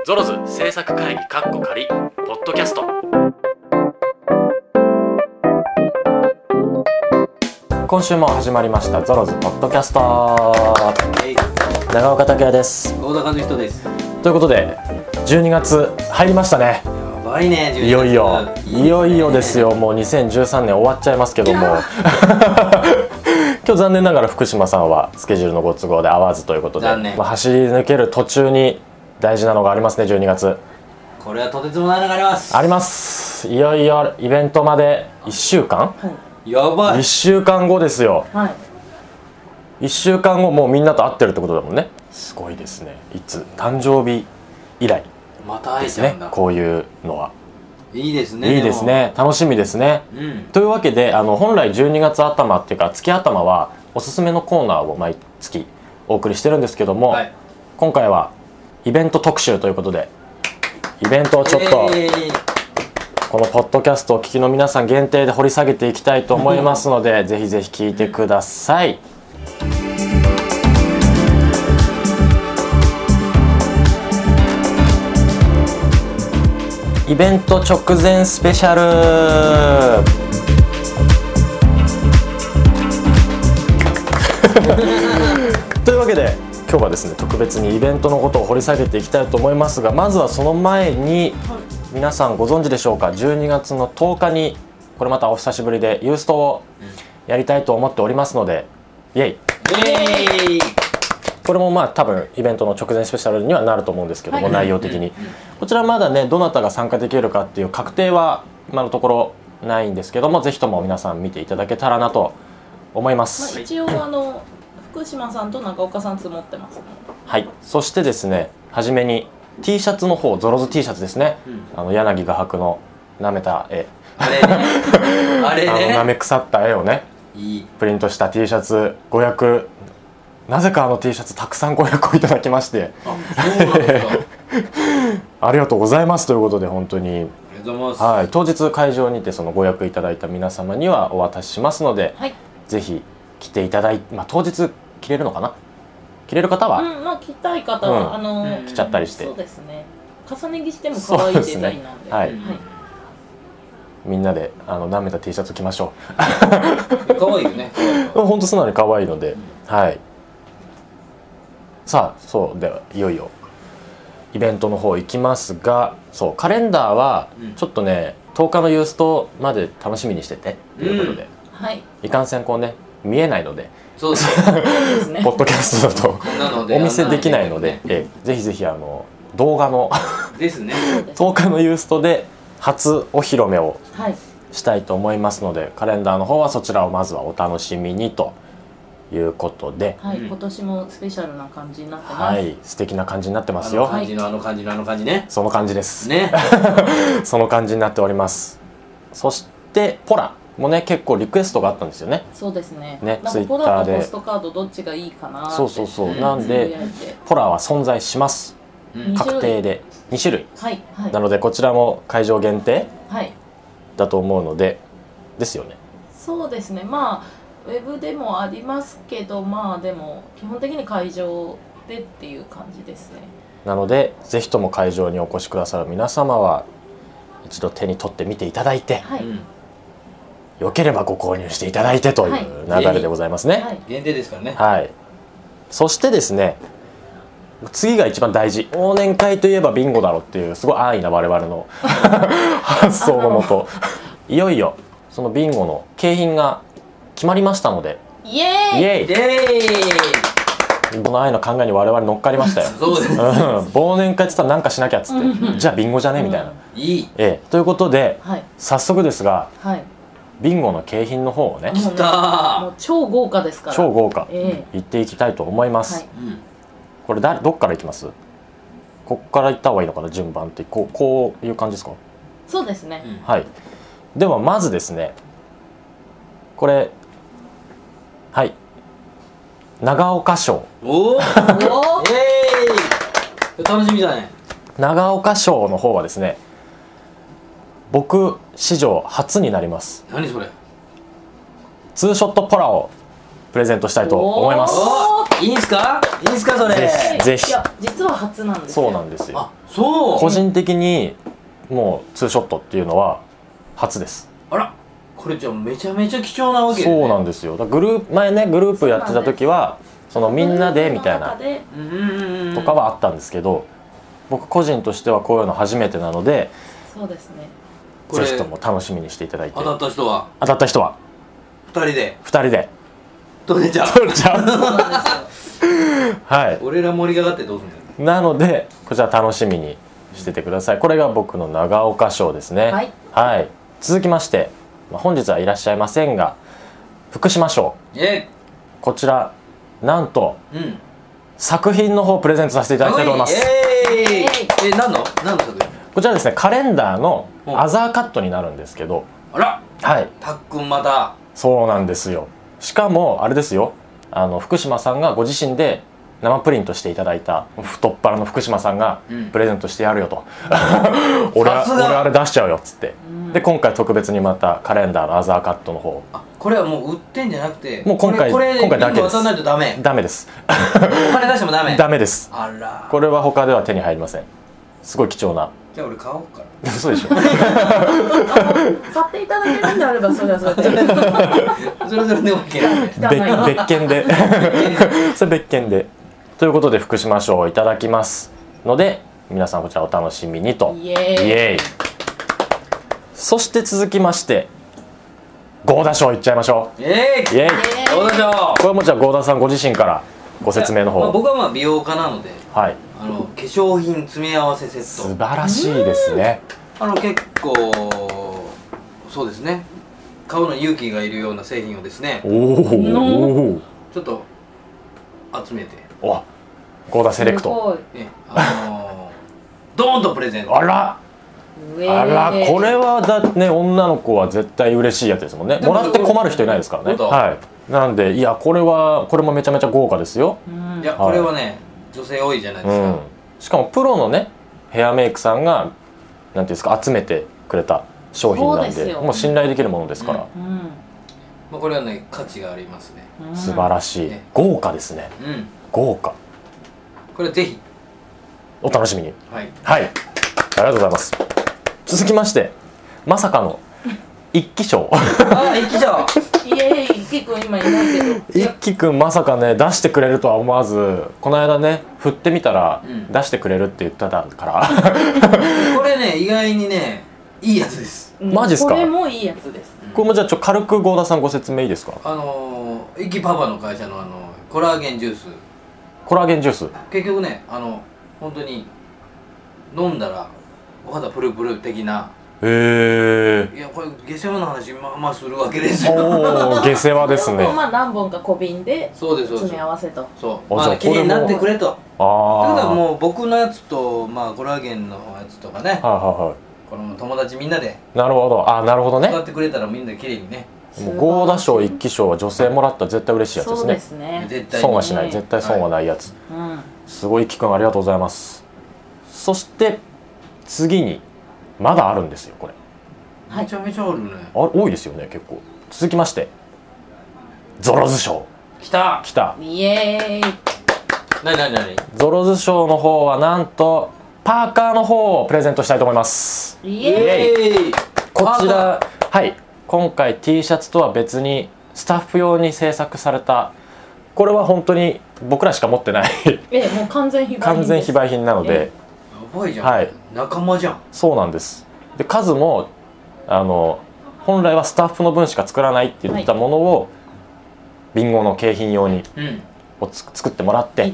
ゾロズ制作会議仮ポッドキャスト。今週も始まりましたゾロズポッドキャスト。長岡拓也です。 合田和人です。 ということで12月入りましたね。 やばいね。 いよいよですよ。もう2013年終わっちゃいますけども今日残念ながら福島さんはスケジュールのご都合で会わずということで、走り抜ける途中に大事なのがありますね。12月これはとてつもないのがあります。 いよいよイベントまで1週間、 やばい。 1週間後ですよ、1週間後もうみんなと会ってるってことだもんね。すごいですね。いつ誕生日以来また会えですね。 ちゃうんだ。 こういうのは。 いいですね。 いいですね。楽しみですね、というわけで本来12月頭っていうか月頭はおすすめのコーナーを毎月お送りしてるんですけども、今回はイベント特集ということでイベントをちょっとこのポッドキャストをお聞きの皆さん限定で掘り下げていきたいと思いますのでぜひぜひ聞いてください。イベント直前スペシャルというわけで今日はですね特別にイベントのことを掘り下げていきたいと思いますが、まずはその前に皆さんご存知でしょうか。12月の10日にこれまたお久しぶりでユーストをやりたいと思っておりますので、イエイこれもまあ多分イベントの直前スペシャルにはなると思うんですけども、内容的にこちらまだねどなたが参加できるかっていう確定は今のところないんですけども、ぜひとも皆さん見ていただけたらなと思います。 一応福島さんと中岡さん積もってますね。 はい。そしてですね、はじめに T シャツの方、ゾロズ T シャツですね、柳画伯の舐めた絵あれね舐め腐った絵をねプリントした T シャツご予約、なぜかT シャツたくさんご予約をいただきまして、 そうなんですかありがとうございますということで、本当にありがとうございます。 はい、当日会場にてそのご予約いただいた皆様にはお渡ししますので、ぜひ来ていただいて、当日着れるのかな、着れる方は、 着たい方は、 着ちゃったりして、 そうですね、重ね着しても可愛いデザインなんで、 みんなで舐めた T シャツ着ましょう可愛いよね。 本当素直に可愛いので、さあそうではいよいよイベントの方行きますが、そうカレンダーはちょっとね、10日のユーストまで楽しみにしててということで、いかんせんこうね見えないので、 そうですねポッドキャストだとお見せできないので、ぜひぜひ動画のですね 10日のユーストで初お披露目をしたいと思いますので、カレンダーの方はそちらをまずはお楽しみにということで、 今年もスペシャルな感じになってます。 素敵な感じになってますよ。 感じね。 その感じですねその感じになっております。そしてポラもね結構リクエストがあったんですよね。 そうですね。 ツイッポターでラとポストカードどっちがいいかなって。 そうなんでポラは存在します、確定で2種類、なのでこちらも会場限定だと思うので、ですよね。 そうですね。ウェブでもありますけど、でも基本的に会場でっていう感じですね。 なのでぜひとも会場にお越しくださる皆様は一度手に取ってみていただいて、よければご購入していただいてという流れでございますね。 限定ですからね。 そしてですね、次が一番大事、忘年会といえばビンゴだろっていうすごい安易な我々の発想のもといよいよそのビンゴの景品が決まりましたので、 イエーイこの愛の考えに我々乗っかりましたよそうです、 忘年会って言ったら何かしなきゃっつってじゃあビンゴじゃねみたいな、ということで、早速ですが、ビンゴの景品の方をね、 もう超豪華ですから、 超豪華、言っていきたいと思います。これどっからいきます？こっからいった方がいいのかな、順番ってこういう感じですか？ そうですね。 ではまずですね、これ長岡賞楽しみだね。 長岡賞の方はですね、僕史上初になります。 何それ？ ツーショットポラをプレゼントしたいと思います。 いいんすかそれ。 ぜひ。 いや実は初なんですよ。 そうなんですよ。 あ、そう。 個人的にもうツーショットっていうのは初です。 あら、これじゃあめちゃめちゃ貴重なわけね。 そうなんですよ。だから前ねグループやってた時はそのみんなでみたいなとかはあったんですけど、僕個人としてはこういうの初めてなので、 そうですね。 ぜひとも楽しみにしていただいて。 当たった人は2人で取れちゃう。 取れちゃう。 そうなんですよ。 はい。 俺ら盛り上がってどうすんの。 なのでこちら楽しみにしててください。これが僕の長岡賞ですね。はい。続きまして、本日はいらっしゃいませんが福島賞。こちらなんと、作品の方プレゼントさせていただきたいと思います。 何の作品。 こちらですね、カレンダーのアザーカットになるんですけど。 あら、 はい。 たっくんまた。 そうなんですよ。しかもあれですよ、福島さんがご自身で生プリントしていただいた太っ腹の福島さんがプレゼントしてやるよと、俺あれ出しちゃうよっつって、で今回特別にまたカレンダーのアザーカットの方。 これはもう売ってんじゃなくて、 もう今回だけです。 渡らないとダメ。 ダメです。 お金出してもダメ。 ダメです。 あら。 これは他では手に入りません。すごい貴重な。 じゃあ俺買おうかな。 そうでしょ。 買っていただけるんであればそれはそれで。 それで OK。 別件で。それ別件で。ということで福島賞をいただきますので、皆さんこちらお楽しみにと。 イエーイ。 そして続きまして合田賞いっちゃいましょう。イエーイ。 合田賞。 これもじゃあ合田さんご自身からご説明の方。 僕は美容家なので、 はい、 化粧品詰め合わせセット。 素晴らしいですね。 結構そうですね、買うのに勇気がいるような製品をですね、ちょっと集めて、 合田セレクト、 ドーンとプレゼント。 あらこれはだね、女の子は絶対嬉しいやつですもんね。もらって困る人いないですからね。はい。なんでいやこれもめちゃめちゃ豪華ですよ。 いやこれはね、女性多いじゃないですか。 しかもプロのねヘアメイクさんがなんていうんですか、集めてくれた商品なんで、もう信頼できるものですから。 これはね価値がありますね。 素晴らしい。豪華ですね。豪華。 これぜひお楽しみに。 はい。 ありがとうございます。続きましてまさかの一輝賞。 一輝賞。 イエーイ。一輝くん今いないけど。 一輝くんまさかね出してくれるとは思わず、この間ね振ってみたら出してくれるって言ってたから。 これね意外にねいいやつです。 マジっすか。 これもいいやつです。 これもじゃあ軽く合田さんご説明いいですか。 一輝パパの会社のコラーゲンジュース。 コラーゲンジュース。 結局ね本当に飲んだらお肌プルプル的な。いやこれ下世話の話まあするわけですよ。 下世話ですね。 何本か小瓶で詰め合わせと。 そう綺麗になってくれと。だからもう僕のやつとコラーゲンのやつとかね、この友達みんなで。 なるほど。なるほどね。 使ってくれたらみんな綺麗にね。 合田賞一輝賞は女性もらったら絶対嬉しいやつですね。 そうですね。 損はしない。絶対損はないやつ。すごい一輝くんありがとうございます。そして次にまだあるんですよこれ。 めちゃめちゃあるね。 多いですよね結構。続きましてゾロズ賞。来た。 イエーイ。 何ゾロズ賞の方はなんとパーカーの方をプレゼントしたいと思います。 イエーイ。 こちら今回 T シャツとは別にスタッフ用に制作された、これは本当に僕らしか持ってないもう完全非売品なので。 やばいじゃん。仲間じゃん。 そうなんです。で数も本来はスタッフの分しか作らないって言ったものをビンゴの景品用に作ってもらって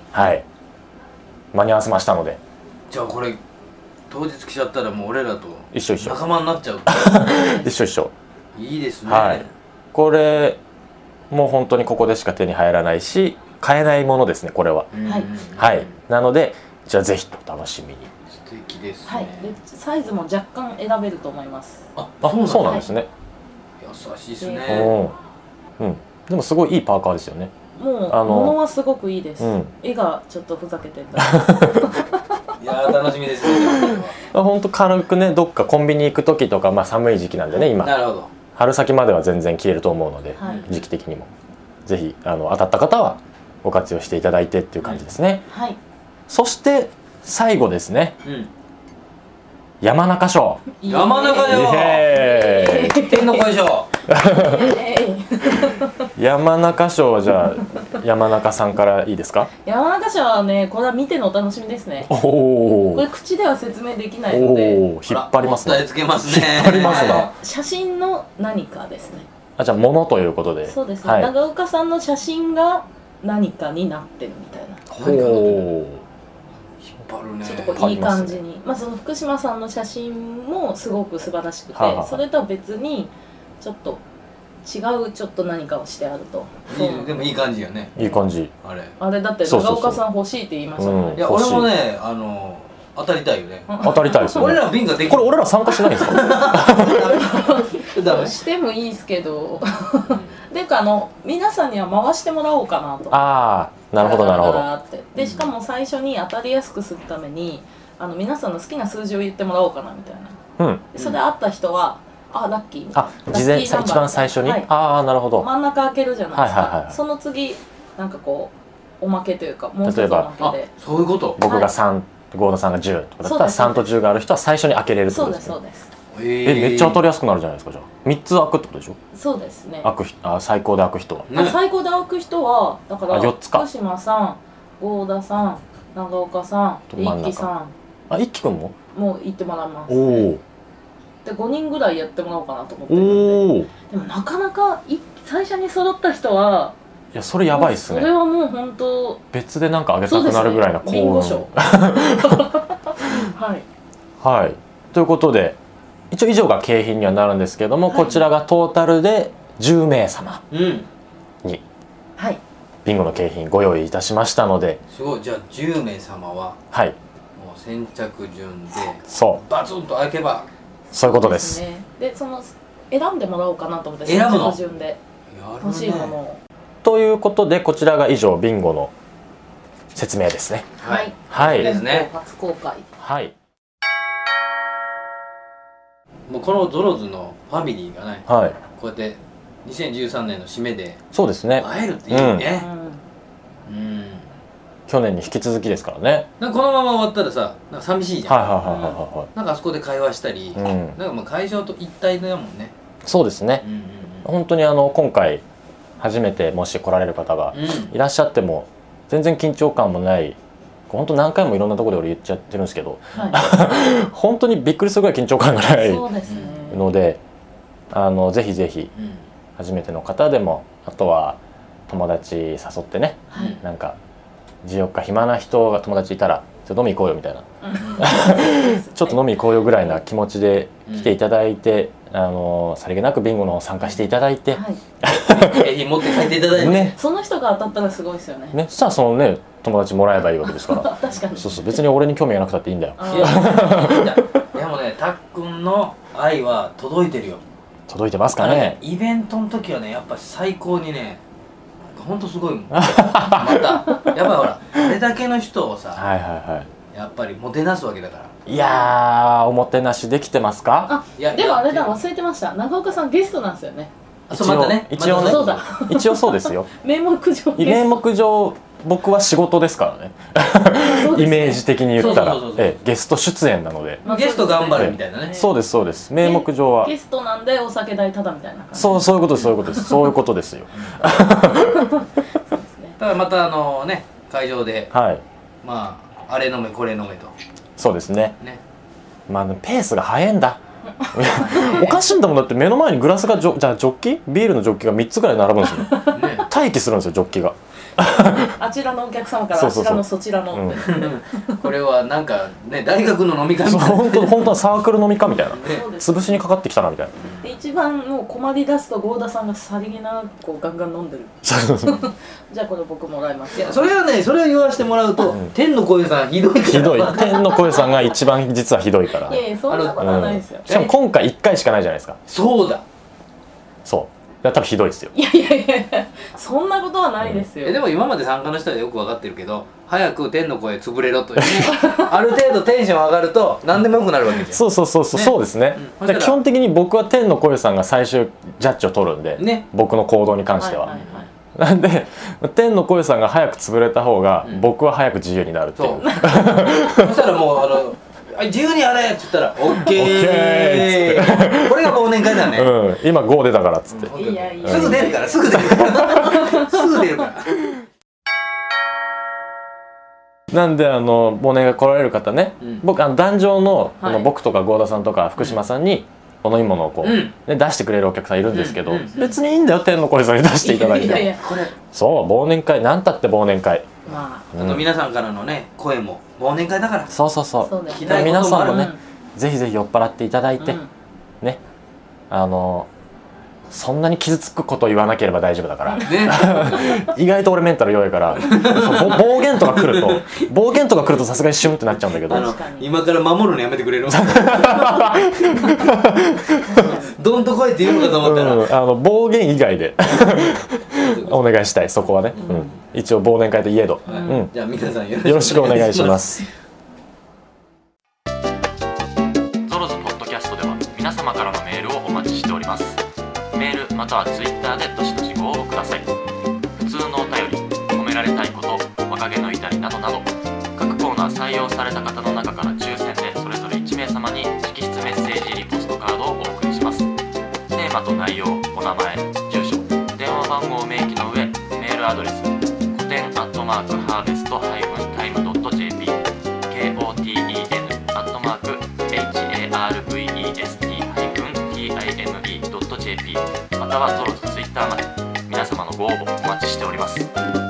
間に合わせましたので。 じゃあこれ当日来ちゃったらもう俺らと一緒仲間になっちゃう。 一緒。 いいですね。 これもう本当にここでしか手に入らないし買えないものですねこれは。なのでじゃあぜひお楽しみに。 素敵ですね。 サイズも若干選べると思います。 そうなんですね。 優しいですね。 でもすごいいいパーカーですよね。 もう物はすごくいいです。絵がちょっとふざけてた。 いや楽しみですね。 本当軽くねどっかコンビニ行く時とか寒い時期なんでね今。 なるほど。 春先までは全然着れると思うので、時期的にもぜひ当たった方はご活用していただいてっていう感じですね。 はい。 そして最後ですね、山中賞。 山中よ、天の声賞。 山中賞はじゃあ山中さんからいいですか？ 山中賞はね、これは見てのお楽しみですね。 おお。 これ口では説明できないので。 引っ張りますね。 つけますね。 引っ張りますな。 写真の何かですね。 あ、じゃあ物ということで。 そうですね。長岡さんの写真が何かになってるみたいな。 ほう。 ちょっとこういい感じに、その福島さんの写真もすごく素晴らしくて、それとは別にちょっと違うちょっと何かをしてあると。 でもいい感じよね。 いい感じ。 あれだって長岡さん欲しいって言いましたね。 いや俺もね当たりたいよね。 当たりたいですよね。 俺らビンゴできる。 これ俺ら参加しないんですか？ してもいいですけど。っていうか皆さんには回してもらおうかなと。 ああ、なるほどなるほど。 でしかも最初に当たりやすくするために皆さんの好きな数字を言ってもらおうかなみたいな。それで会った人はラッキーみたいな。 事前一番最初に。ああ、なるほど。 真ん中開けるじゃないですか。その次なんかこうおまけというかもう一つおまけで。 そういうこと。 僕が3、郷田さんが10とかだったら3と10がある人は最初に開けれるってことですね。 そうですそうです。 めっちゃ当たりやすくなるじゃないですか。じゃあ3つ開くってことでしょ？ そうですね。 最高で開く人は。 最高で開く人はだから 4つか。 福島さん、郷田さん、長岡さん、一輝さん。 一輝くんも？ もう行ってもらいます。 おお。 で5人ぐらいやってもらおうかなと思ってるので。でもなかなか最初に揃った人は。 いや、それやばいっすね。 それはもう本当別でなんかあげたくなるぐらいな幸運。ビンゴ賞。 はい。 はい。ということで。一応以上が景品にはなるんですけども、こちらがトータルで10名様にビンゴの景品ご用意いたしましたので、 すごい。じゃあ10名様はもう先着順でバツンと開けばそういうことです。 でその選んでもらおうかなと思って、 選ぶの順で欲しいものを。 ということでこちらが以上ビンゴの説明ですね。 はいですね。 初公開。 はい。 もうこのゾロズのファミリーがね、こうやって2013年の締めでそうですね会えるっていいね。 去年に引き続きですからね。 なんかこのまま終わったらさ、なんか寂しいじゃん。なんかあそこで会話したり、なんかもう会場と一体だもんね。 そうですね。本当に今回初めてもし来られる方がいらっしゃっても全然緊張感もない。本当何回もいろんなところで俺言っちゃってるんですけど、本当にびっくりするぐらい緊張感がないので、ぜひぜひ初めての方でも、あとは友達誘ってね、なんか14日暇な人が友達いたらちょっと飲み行こうよみたいなちょっと飲み行こうよぐらいな気持ちで来ていただいて、さりげなくビンゴの方参加していただいて、 景品持って帰っていただいて、 その人が当たったらすごいですよね。 そしたらそのね友達もらえばいいわけですから。 確かに。 そう別に俺に興味がなくたっていいんだよ。 でもね、たっくんの愛は届いてるよ。 届いてますかね。 イベントの時はね、やっぱ最高にね、ほんとすごいもん。またやっぱりほら、あれだけの人をさ、やっぱりもてなすわけだから。 いやー、おもてなしできてますか？ でもあれだ、忘れてました。長岡さんゲストなんですよね。 一応ね、一応そうですよ。 名目上僕は仕事ですからね。イメージ的に言ったらゲスト出演なので、 ゲスト頑張るみたいなね。 そうですそうです。名目上はゲストなんでお酒代タダみたいな感じ。 そういうことですそういうことですそういうことですよ。 ただまたね、会場でまああれ飲めこれ飲めと。 そうですね。まあペースが早いんだ。おかしいんだもん。だって目の前にグラスがじゃあジョッキビールのジョッキが3つぐらい並ぶんですよ。待機するんですよジョッキが。 あちらのお客様からあちらのそちらの。 これはなんかね、大学の飲み会みたいな。 本当はサークル飲みかみたいな。潰しにかかってきたなみたいな。 一番もう困り出すと郷田さんがさりげなくガンガン飲んでる。じゃあこれ僕もらいます。 いやそれはね、それを言わせてもらうと、天の声さんひどい。 ひどい。天の声さんが一番実はひどいから。 いやそんなことはないですよ。 しかも今回1回しかないじゃないですか。 そうだ。 そう。多分ひどいですよ。 いやそんなことはないですよ。 でも今まで参加の人はよく分かってるけど、早く天の声潰れろというね。ある程度テンション上がると何でもよくなるわけですよ。 そうですね。基本的に僕は天の声さんが最終ジャッジを取るんで、僕の行動に関しては。 なんで天の声さんが早く潰れた方が、僕は早く自由になるっていう。 そしたらもう自由にやれって言ったら OK ーこれが忘年会だね。 今5出たからっつって、 すぐ出るからすぐ出るからなんで忘年会来られる方ね、僕壇上の僕とか合田さんとか福島さんにお飲み物をこう、出してくれるお客さんいるんですけど、別にいいんだよ天の声さんに出していただいて。そう忘年会、なんたって忘年会、 皆さんからのね声も忘年会だから。 そう皆さんもね、ぜひぜひ酔っ払っていただいて、ね、そんなに傷つくことを言わなければ大丈夫だから意外と俺メンタル弱いから暴言とか来るとさすがにシュンってなっちゃうんだけど、 今から守るのやめてくれるどんと来いって言うのかと思ったら、 暴言以外でお願いしたい、そこはね、一応忘年会といえど、 じゃあ皆さんよろしくお願いします。ゾロズポッドキャストでは皆様からのメールをお待ちしております。メールまたはツイッターでどしどしご応募ください。普通のお便り、褒められたいこと、若気の至りなどなど、各コーナー採用された方の中から抽選でそれぞれ1名様に直筆メッセージリポストカードをお送りします。テーマと内容、お名前、住所、電話番号を明記の上、メールアドレス古典@harvest-time.jp koten@harvest-time.jp またはゾロズツイッターまで皆様のご応募お待ちしております。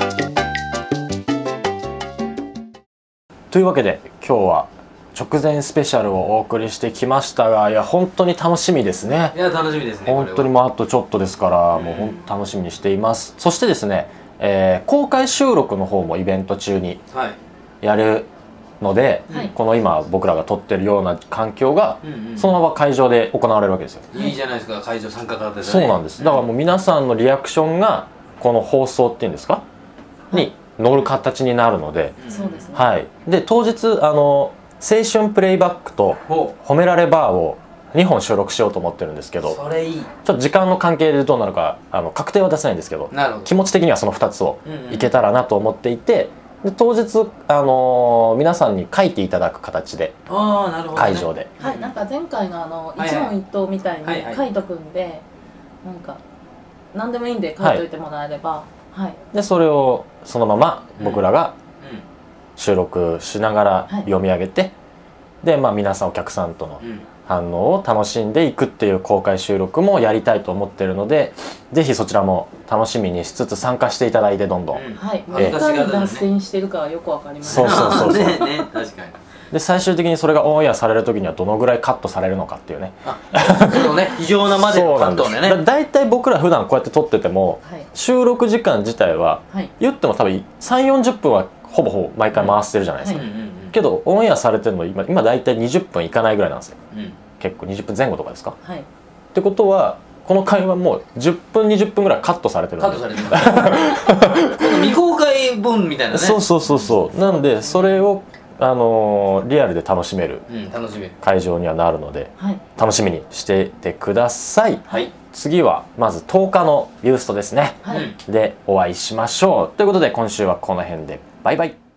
というわけで今日は直前スペシャルをお送りしてきましたが、いや本当に楽しみですね。 いや楽しみですね。 本当にもうあとちょっとですから、もう本当楽しみにしています。そしてですね、公開収録の方もイベント中にやるので、この今僕らが撮ってるような環境がそのまま会場で行われるわけですよ。 いいじゃないですか、会場参加型でね。 そうなんです。だからもう皆さんのリアクションがこの放送っていうんですか、に乗る形になるので、 そうですね。 はい。で当日青春プレイバックと褒められバーを2本収録しようと思ってるんですけど、 それいい。 ちょっと時間の関係でどうなるか確定は出せないんですけど、気持ち的にはその2つをいけたらなと思っていて、で当日皆さんに書いていただく形で会場で、 はい、なんか前回の一問一答みたいに書いとくんで、なんか何でもいいんで書いといてもらえれば、 でそれをそのまま僕らが収録しながら読み上げて、で皆さんお客さんとの反応を楽しんでいくっていう公開収録もやりたいと思ってるので、ぜひそちらも楽しみにしつつ参加していただいて、どんどん、 はい、いかに脱線してるかはよくわかりますね。そうね、確かに。 で最終的にそれがオンエアされる時にはどのぐらいカットされるのかっていうね、 そうね、異常なまでのカットでね。 だいたい僕ら普段こうやって撮ってても、収録時間自体は言っても多分3、40分はほぼ毎回回してるじゃないですか。けどオンエアされてるの今だいたい20分いかないぐらいなんですよ。結構20分前後とかですか。ってことはこの会話もう10分20分ぐらいカットされてるんで、 この未公開分みたいなね。 そうなんでそれをリアルで楽しめる会場にはなるので、楽しみにしててください。次はまず10日のユーストですね、でお会いしましょう。ということで今週はこの辺でバイバイ。